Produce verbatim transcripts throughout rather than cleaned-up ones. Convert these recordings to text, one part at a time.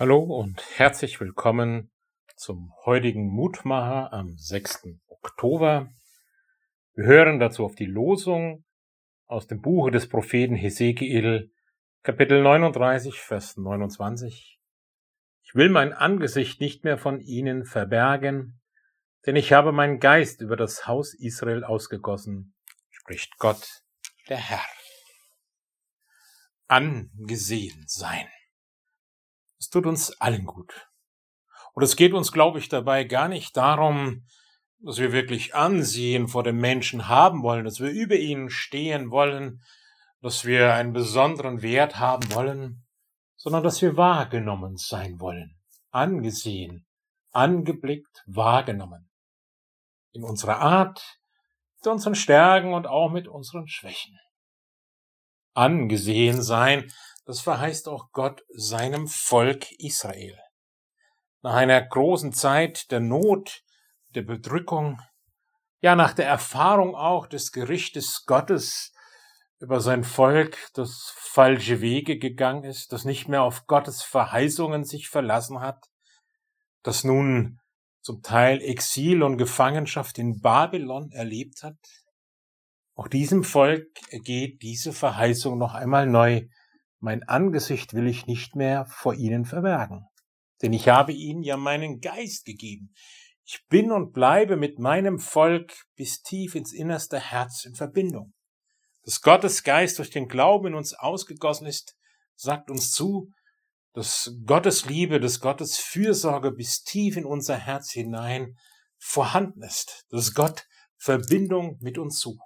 Hallo und herzlich willkommen zum heutigen Mutmacher am sechsten Oktober. Wir hören dazu auf die Losung aus dem Buche des Propheten Hesekiel, Kapitel neununddreißig, Vers neunundzwanzig. Ich will mein Angesicht nicht mehr von ihnen verbergen, denn ich habe meinen Geist über das Haus Israel ausgegossen, spricht Gott, der Herr. Angesehen sein. Es tut uns allen gut. Und es geht uns, glaube ich, dabei gar nicht darum, dass wir wirklich Ansehen vor den Menschen haben wollen, dass wir über ihnen stehen wollen, dass wir einen besonderen Wert haben wollen, sondern dass wir wahrgenommen sein wollen, angesehen, angeblickt, wahrgenommen. In unserer Art, mit unseren Stärken und auch mit unseren Schwächen. Angesehen sein, das verheißt auch Gott seinem Volk Israel. Nach einer großen Zeit der Not, der Bedrückung, ja nach der Erfahrung auch des Gerichtes Gottes über sein Volk, das falsche Wege gegangen ist, das nicht mehr auf Gottes Verheißungen sich verlassen hat, das nun zum Teil Exil und Gefangenschaft in Babylon erlebt hat. Auch diesem Volk ergeht diese Verheißung noch einmal neu. Mein Angesicht will ich nicht mehr vor ihnen verbergen, denn ich habe ihnen ja meinen Geist gegeben. Ich bin und bleibe mit meinem Volk bis tief ins innerste Herz in Verbindung. Dass Gottes Geist durch den Glauben in uns ausgegossen ist, sagt uns zu, dass Gottes Liebe, dass Gottes Fürsorge bis tief in unser Herz hinein vorhanden ist, dass Gott Verbindung mit uns sucht.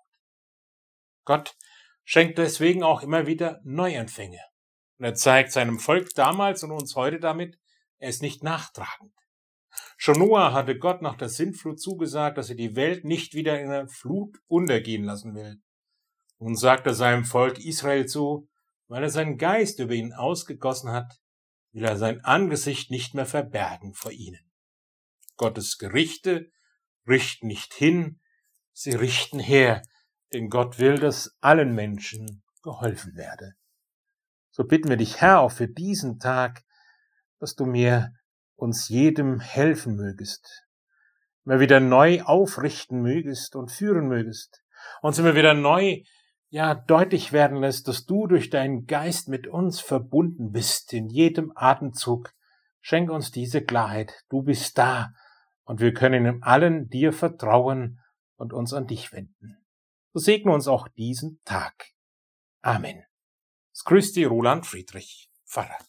Gott schenkt deswegen auch immer wieder Neuanfänge. Und er zeigt seinem Volk damals und uns heute damit, er ist nicht nachtragend. Schon Noah hatte Gott nach der Sintflut zugesagt, dass er die Welt nicht wieder in einer Flut untergehen lassen will. Nun sagt er seinem Volk Israel zu, weil er seinen Geist über ihn ausgegossen hat, will er sein Angesicht nicht mehr verbergen vor ihnen. Gottes Gerichte richten nicht hin, sie richten her, denn Gott will, dass allen Menschen geholfen werde. So bitten wir dich, Herr, auch für diesen Tag, dass du mir uns jedem helfen mögest, immer wieder neu aufrichten mögest und führen mögest, uns immer wieder neu, ja, deutlich werden lässt, dass du durch deinen Geist mit uns verbunden bist, in jedem Atemzug. Schenke uns diese Klarheit, du bist da und wir können in allen dir vertrauen und uns an dich wenden. So segne uns auch diesen Tag. Amen. Es grüßt dich, Roland Friedrich, Pfarrer.